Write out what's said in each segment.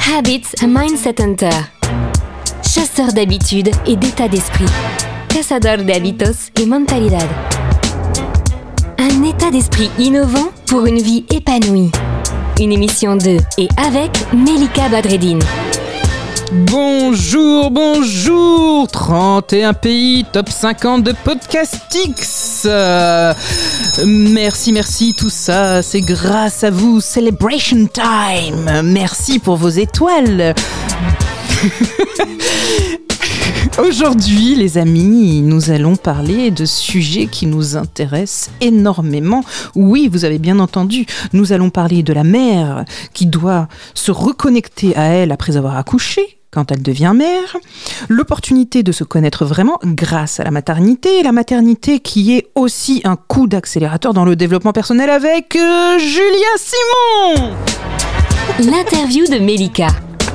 Habits a Mindset Hunter. Chasseur d'habitudes et d'état d'esprit. Cazador de hábitos y mentalidad. Un état d'esprit innovant pour une vie épanouie. Une émission de et avec Melika Badreddine. Bonjour, 31 pays, top 50 de Podcastix. Merci, tout ça, c'est grâce à vous, Celebration Time. Merci pour vos étoiles. Aujourd'hui, les amis, nous allons parler de sujets qui nous intéressent énormément. Oui, vous avez bien entendu, nous allons parler de la mère qui doit se reconnecter à elle après avoir accouché, quand elle devient mère, l'opportunité de se connaître vraiment grâce à la maternité qui est aussi un coup d'accélérateur dans le développement personnel avec Julia Simon. L'interview de Melika.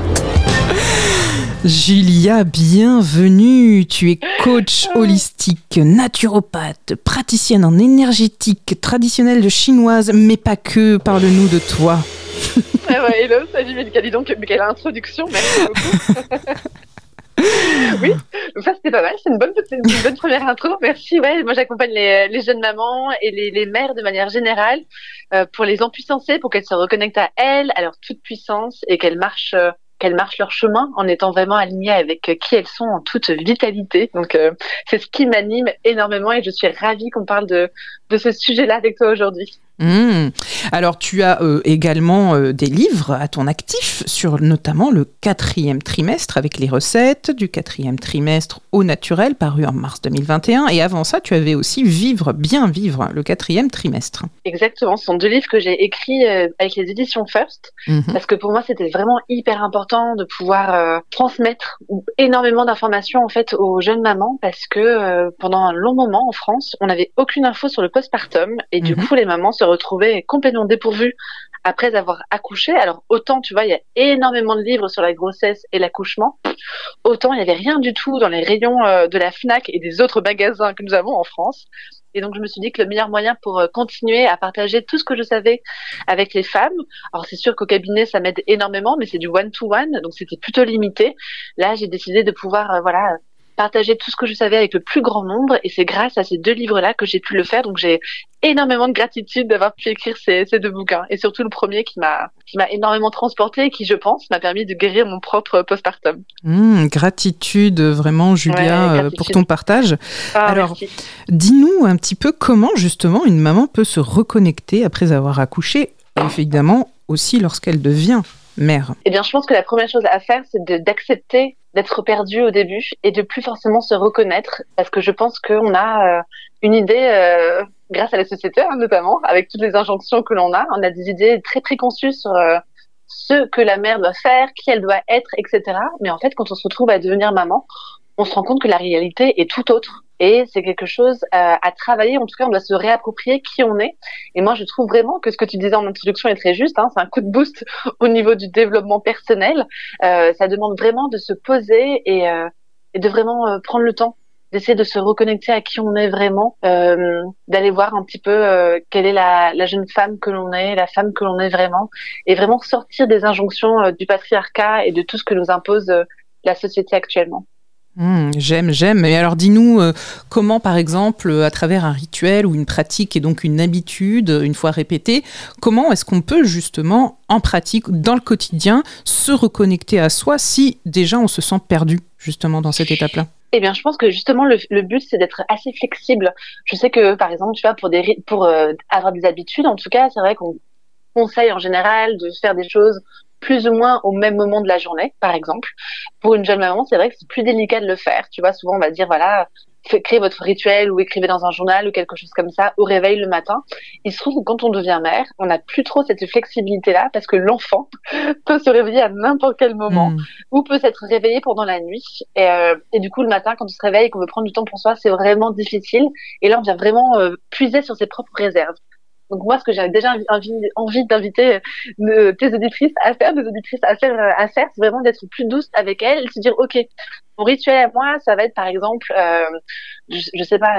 Julia, bienvenue. Tu es coach holistique, naturopathe, praticienne en énergétique traditionnelle chinoise, mais pas que. Parle-nous de toi. Hello, salut Melika, dis donc, quelle introduction, merci beaucoup. Oui, donc ça c'était pas mal, c'est une bonne première intro, merci. Ouais, moi j'accompagne les jeunes mamans et les mères de manière générale pour les empuissancer, pour qu'elles se reconnectent à elles, à leur toute puissance et qu'elles marchent leur chemin en étant vraiment alignées avec qui elles sont en toute vitalité. Donc c'est ce qui m'anime énormément et je suis ravie qu'on parle de ce sujet-là avec toi aujourd'hui. Alors tu as également des livres à ton actif sur notamment le 4e trimestre avec les recettes du 4e trimestre au naturel paru en mars 2021 et avant ça tu avais aussi Bien vivre le 4e trimestre. Exactement, ce sont 2 livres que j'ai écrits avec les éditions First parce que pour moi c'était vraiment hyper important de pouvoir transmettre énormément d'informations en fait aux jeunes mamans parce que pendant un long moment en France on n'avait aucune info sur le postpartum et du coup les mamans se retrouvaient complètement dépourvues après avoir accouché. Alors autant tu vois il y a énormément de livres sur la grossesse et l'accouchement, autant il n'y avait rien du tout dans les rayons de la Fnac et des autres magasins que nous avons en France. Et donc je me suis dit que le meilleur moyen pour continuer à partager tout ce que je savais avec les femmes, alors c'est sûr qu'au cabinet ça m'aide énormément mais c'est du one-to-one donc c'était plutôt limité. Là j'ai décidé de pouvoir partager tout ce que je savais avec le plus grand nombre et c'est grâce à ces 2 livres-là que j'ai pu le faire. Donc j'ai énormément de gratitude d'avoir pu écrire ces 2 bouquins et surtout le premier qui m'a énormément transportée et qui, je pense, m'a permis de guérir mon propre postpartum. Gratitude vraiment, Julia, pour ton partage. Alors, merci. Dis-nous un petit peu comment justement une maman peut se reconnecter après avoir accouché, évidemment aussi lorsqu'elle devient mère. Eh bien, je pense que la première chose à faire, c'est d'accepter d'être perdu au début et de plus forcément se reconnaître parce que je pense qu'on a une idée, grâce à la société notamment, avec toutes les injonctions que l'on a, on a des idées très préconçues sur ce que la mère doit faire, qui elle doit être, etc. Mais en fait, quand on se retrouve à devenir maman, on se rend compte que la réalité est tout autre. Et c'est quelque chose à travailler. En tout cas, on doit se réapproprier qui on est. Et moi, je trouve vraiment que ce que tu disais en introduction est très juste. C'est un coup de boost au niveau du développement personnel. Ça demande vraiment de se poser et de vraiment prendre le temps d'essayer de se reconnecter à qui on est vraiment, d'aller voir un petit peu quelle est la jeune femme que l'on est, la femme que l'on est vraiment, et vraiment sortir des injonctions du patriarcat et de tout ce que nous impose la société actuellement. J'aime. Et alors dis-nous comment par exemple à travers un rituel ou une pratique et donc une habitude une fois répétée, comment est-ce qu'on peut justement en pratique dans le quotidien se reconnecter à soi si déjà on se sent perdu justement dans cette étape-là? Eh bien, je pense que justement le but c'est d'être assez flexible. Je sais que par exemple, tu vois, pour avoir des habitudes, en tout cas, c'est vrai qu'on conseille en général de faire des choses plus ou moins au même moment de la journée, par exemple. Pour une jeune maman, c'est vrai que c'est plus délicat de le faire. Tu vois, souvent on va dire voilà, créez votre rituel ou écrivez dans un journal ou quelque chose comme ça au réveil le matin. Il se trouve que quand on devient mère, on n'a plus trop cette flexibilité-là parce que l'enfant peut se réveiller à n'importe quel moment ou peut s'être réveillé pendant la nuit. Et du coup, le matin, quand on se réveille et qu'on veut prendre du temps pour soi, c'est vraiment difficile. Et là, on vient vraiment puiser sur ses propres réserves. Donc moi, ce que j'avais déjà envie d'inviter tes auditrices à faire, c'est vraiment d'être plus douce avec elles, et de se dire, ok, mon rituel à moi, ça va être par exemple, je sais pas,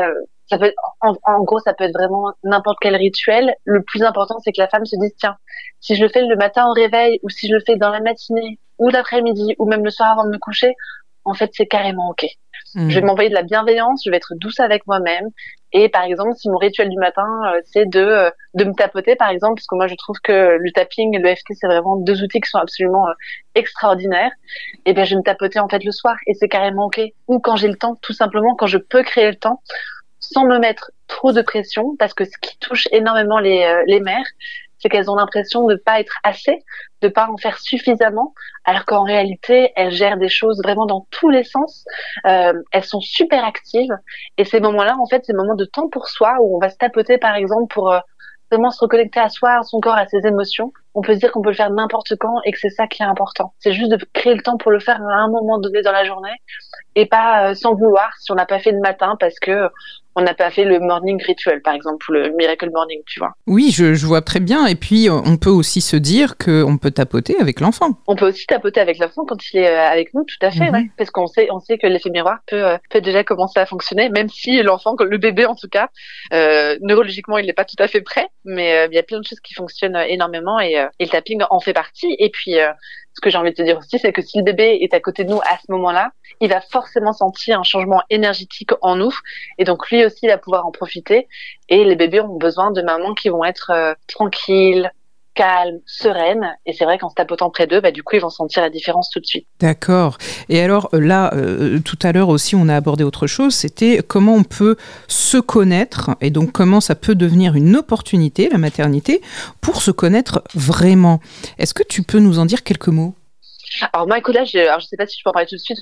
Ça peut être, en gros, ça peut être vraiment n'importe quel rituel. Le plus important, c'est que la femme se dise, tiens, si je le fais le matin au réveil, ou si je le fais dans la matinée, ou l'après-midi, ou même le soir avant de me coucher, en fait, c'est carrément OK. Je vais m'envoyer de la bienveillance, je vais être douce avec moi-même. Et par exemple, si mon rituel du matin, c'est de me tapoter, par exemple, parce que moi, je trouve que le tapping et le EFT, c'est vraiment 2 outils qui sont absolument extraordinaires, et bien, je vais me tapoter, en fait, le soir, et c'est carrément OK. Ou quand j'ai le temps, tout simplement, quand je peux créer le temps, sans me mettre trop de pression, parce que ce qui touche énormément les mères, c'est qu'elles ont l'impression de pas être assez, de pas en faire suffisamment, alors qu'en réalité, elles gèrent des choses vraiment dans tous les sens. Elles sont super actives, et ces moments-là, en fait, c'est des moments de temps pour soi, où on va se tapoter, par exemple, pour vraiment se reconnecter à soi, à son corps, à ses émotions. On peut se dire qu'on peut le faire n'importe quand, et que c'est ça qui est important. C'est juste de créer le temps pour le faire à un moment donné dans la journée, et pas sans vouloir si on n'a pas fait le matin parce que on n'a pas fait le morning ritual, par exemple, ou le miracle morning, tu vois. Oui, je vois très bien. Et puis, on peut aussi se dire qu'on peut tapoter avec l'enfant. On peut aussi tapoter avec l'enfant quand il est avec nous, tout à fait, ouais. Parce qu'on sait que l'effet miroir peut déjà commencer à fonctionner, même si l'enfant, le bébé en tout cas, neurologiquement, il n'est pas tout à fait prêt, mais il y a plein de choses qui fonctionnent énormément, et le tapping en fait partie. Et puis, ce que j'ai envie de te dire aussi, c'est que si le bébé est à côté de nous à ce moment-là, il va forcément sentir un changement énergétique en nous, et donc lui aussi va pouvoir en profiter. Et les bébés ont besoin de mamans qui vont être tranquilles, calmes, sereines, et c'est vrai qu'en se tapotant près d'eux, du coup ils vont sentir la différence tout de suite. D'accord. Et alors là, tout à l'heure aussi on a abordé autre chose, c'était comment on peut se connaître, et donc comment ça peut devenir une opportunité, la maternité, pour se connaître vraiment. Est-ce que tu peux nous en dire quelques mots ? Alors moi, écoute, là, je sais pas si je peux en parler tout de suite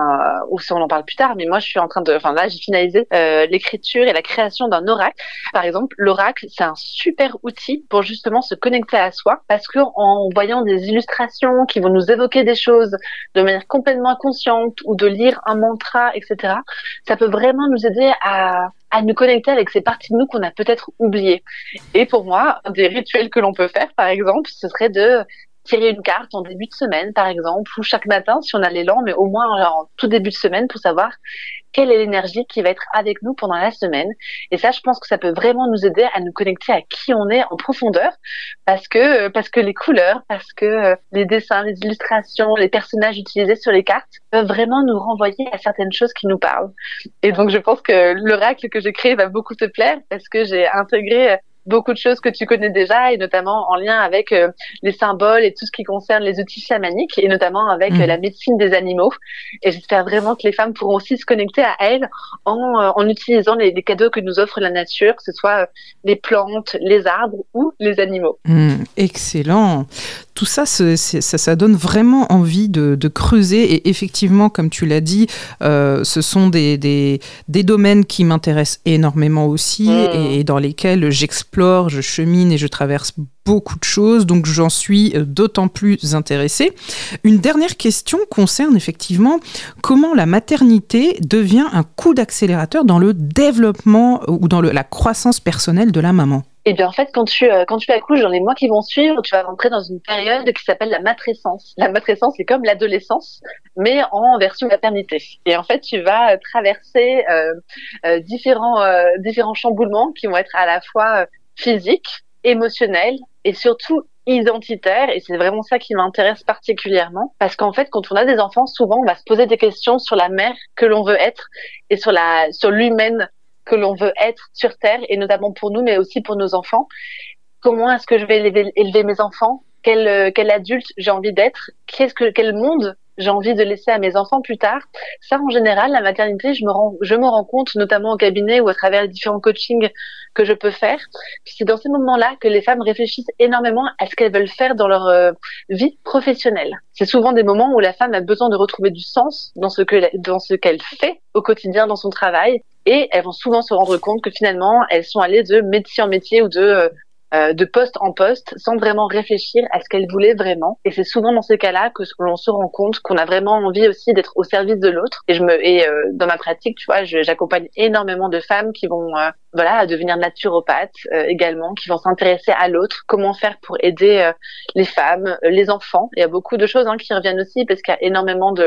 ou si on en parle plus tard, mais moi, je suis en train de, là, j'ai finalisé l'écriture et la création d'un oracle. Par exemple, l'oracle, c'est un super outil pour justement se connecter à soi, parce que en voyant des illustrations qui vont nous évoquer des choses de manière complètement inconsciente, ou de lire un mantra, etc., ça peut vraiment nous aider à nous connecter avec ces parties de nous qu'on a peut-être oubliées. Et pour moi, un des rituels que l'on peut faire, par exemple, ce serait de tirer une carte en début de semaine, par exemple, ou chaque matin, si on a l'élan, mais au moins en tout début de semaine, pour savoir quelle est l'énergie qui va être avec nous pendant la semaine. Et ça, je pense que ça peut vraiment nous aider à nous connecter à qui on est en profondeur, parce que les couleurs, parce que les dessins, les illustrations, les personnages utilisés sur les cartes peuvent vraiment nous renvoyer à certaines choses qui nous parlent. Et donc, je pense que l'oracle que j'ai créé va beaucoup te plaire, parce que j'ai intégré beaucoup de choses que tu connais déjà, et notamment en lien avec les symboles et tout ce qui concerne les outils chamaniques, et notamment avec la médecine des animaux. Et j'espère vraiment que les femmes pourront aussi se connecter à elles en utilisant les cadeaux que nous offre la nature, que ce soit les plantes, les arbres ou les animaux. Excellent. Tout ça, ça donne vraiment envie de creuser. Et effectivement, comme tu l'as dit, ce sont des domaines qui m'intéressent énormément aussi, et dans lesquels j'explore, je chemine et je traverse beaucoup de choses, donc j'en suis d'autant plus intéressée. Une dernière question concerne effectivement comment la maternité devient un coup d'accélérateur dans le développement ou dans la croissance personnelle de la maman. Et bien en fait, quand tu accouches, dans les mois qui vont suivre, tu vas rentrer dans une période qui s'appelle la matrescence. La matrescence, c'est comme l'adolescence, mais en version maternité. Et en fait, tu vas traverser différents chamboulements qui vont être à la fois physiques, émotionnels et surtout identitaires. Et c'est vraiment ça qui m'intéresse particulièrement, parce qu'en fait, quand on a des enfants, souvent on va se poser des questions sur la mère que l'on veut être et sur l'humaine que l'on veut être sur Terre, et notamment pour nous, mais aussi pour nos enfants. Comment est-ce que je vais élever mes enfants ? Quel adulte j'ai envie d'être ? Quel monde j'ai envie de laisser à mes enfants plus tard ? Ça, en général, la maternité, je me rends compte, notamment au cabinet ou à travers les différents coachings que je peux faire. Puis c'est dans ces moments-là que les femmes réfléchissent énormément à ce qu'elles veulent faire dans leur vie professionnelle. C'est souvent des moments où la femme a besoin de retrouver du sens dans ce qu'elle fait au quotidien dans son travail, et elles vont souvent se rendre compte que finalement, elles sont allées de métier en métier ou de poste en poste sans vraiment réfléchir à ce qu'elles voulaient vraiment. Et c'est souvent dans ces cas-là que l'on se rend compte qu'on a vraiment envie aussi d'être au service de l'autre. Et dans ma pratique, tu vois, j'accompagne énormément de femmes qui vont devenir naturopathes également, qui vont s'intéresser à l'autre, comment faire pour aider les femmes, les enfants. Il y a beaucoup de choses qui reviennent aussi, parce qu'il y a énormément de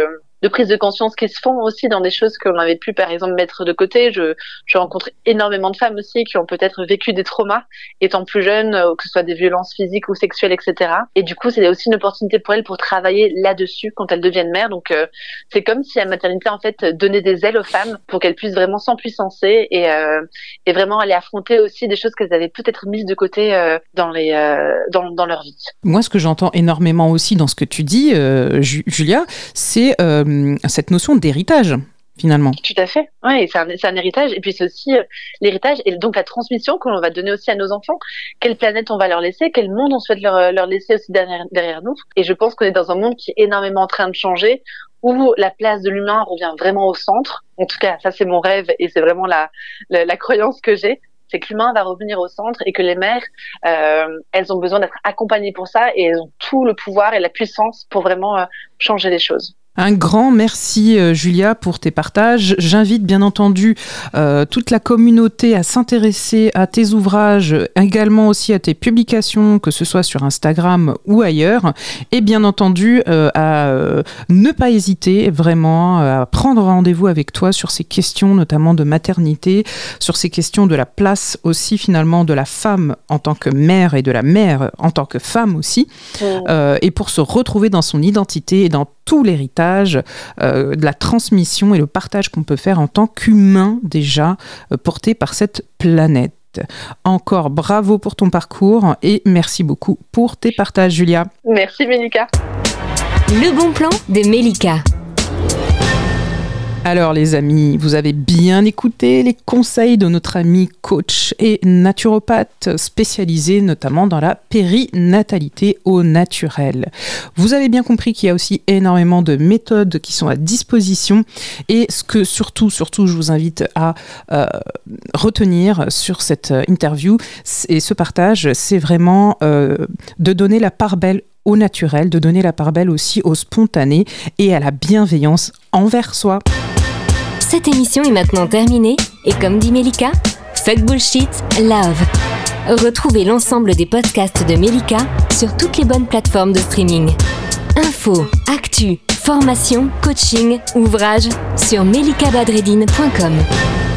prise de conscience qui se font aussi dans des choses qu'on avait pu, par exemple, mettre de côté. Je rencontre énormément de femmes aussi qui ont peut-être vécu des traumas étant plus jeunes, que ce soit des violences physiques ou sexuelles, etc. Et du coup, c'est aussi une opportunité pour elles pour travailler là-dessus quand elles deviennent mères. Donc, c'est comme si la maternité, en fait, donnait des ailes aux femmes pour qu'elles puissent vraiment s'empuissancer et vraiment aller affronter aussi des choses qu'elles avaient peut-être mises de côté dans leur vie. Moi, ce que j'entends énormément aussi dans ce que tu dis, Julia, c'est cette notion d'héritage. Finalement. Tout à fait. Oui, c'est un héritage. Et puis c'est aussi l'héritage et donc la transmission que l'on va donner aussi à nos enfants. Quelle planète on va leur laisser, quel monde on souhaite leur laisser aussi derrière nous. Et je pense qu'on est dans un monde qui est énormément en train de changer, où la place de l'humain revient vraiment au centre. En tout cas, ça c'est mon rêve et c'est vraiment la croyance que j'ai. C'est que l'humain va revenir au centre et que les mères, elles ont besoin d'être accompagnées pour ça et elles ont tout le pouvoir et la puissance pour vraiment changer les choses. Un grand merci Julia pour tes partages. J'invite bien entendu toute la communauté à s'intéresser à tes ouvrages, également aussi à tes publications, que ce soit sur Instagram ou ailleurs. Et bien entendu à ne pas hésiter vraiment à prendre rendez-vous avec toi sur ces questions notamment de maternité, sur ces questions de la place aussi finalement de la femme en tant que mère et de la mère en tant que femme aussi. Et pour se retrouver dans son identité et dans tout l'héritage, de la transmission et le partage qu'on peut faire en tant qu'humain déjà porté par cette planète. Encore bravo pour ton parcours et merci beaucoup pour tes partages, Julia. Merci Mélika. Le bon plan de Mélika. Alors les amis, vous avez bien écouté les conseils de notre ami coach et naturopathe spécialisé notamment dans la périnatalité au naturel. Vous avez bien compris qu'il y a aussi énormément de méthodes qui sont à disposition et ce que surtout je vous invite à retenir sur cette interview et ce partage, c'est vraiment de donner la part belle au naturel, de donner la part belle aussi au spontané et à la bienveillance envers soi. Cette émission est maintenant terminée et comme dit Mélika, fuck bullshit, love. Retrouvez l'ensemble des podcasts de Mélika sur toutes les bonnes plateformes de streaming. Infos, actu, formation, coaching, ouvrages sur melikabadreddine.com.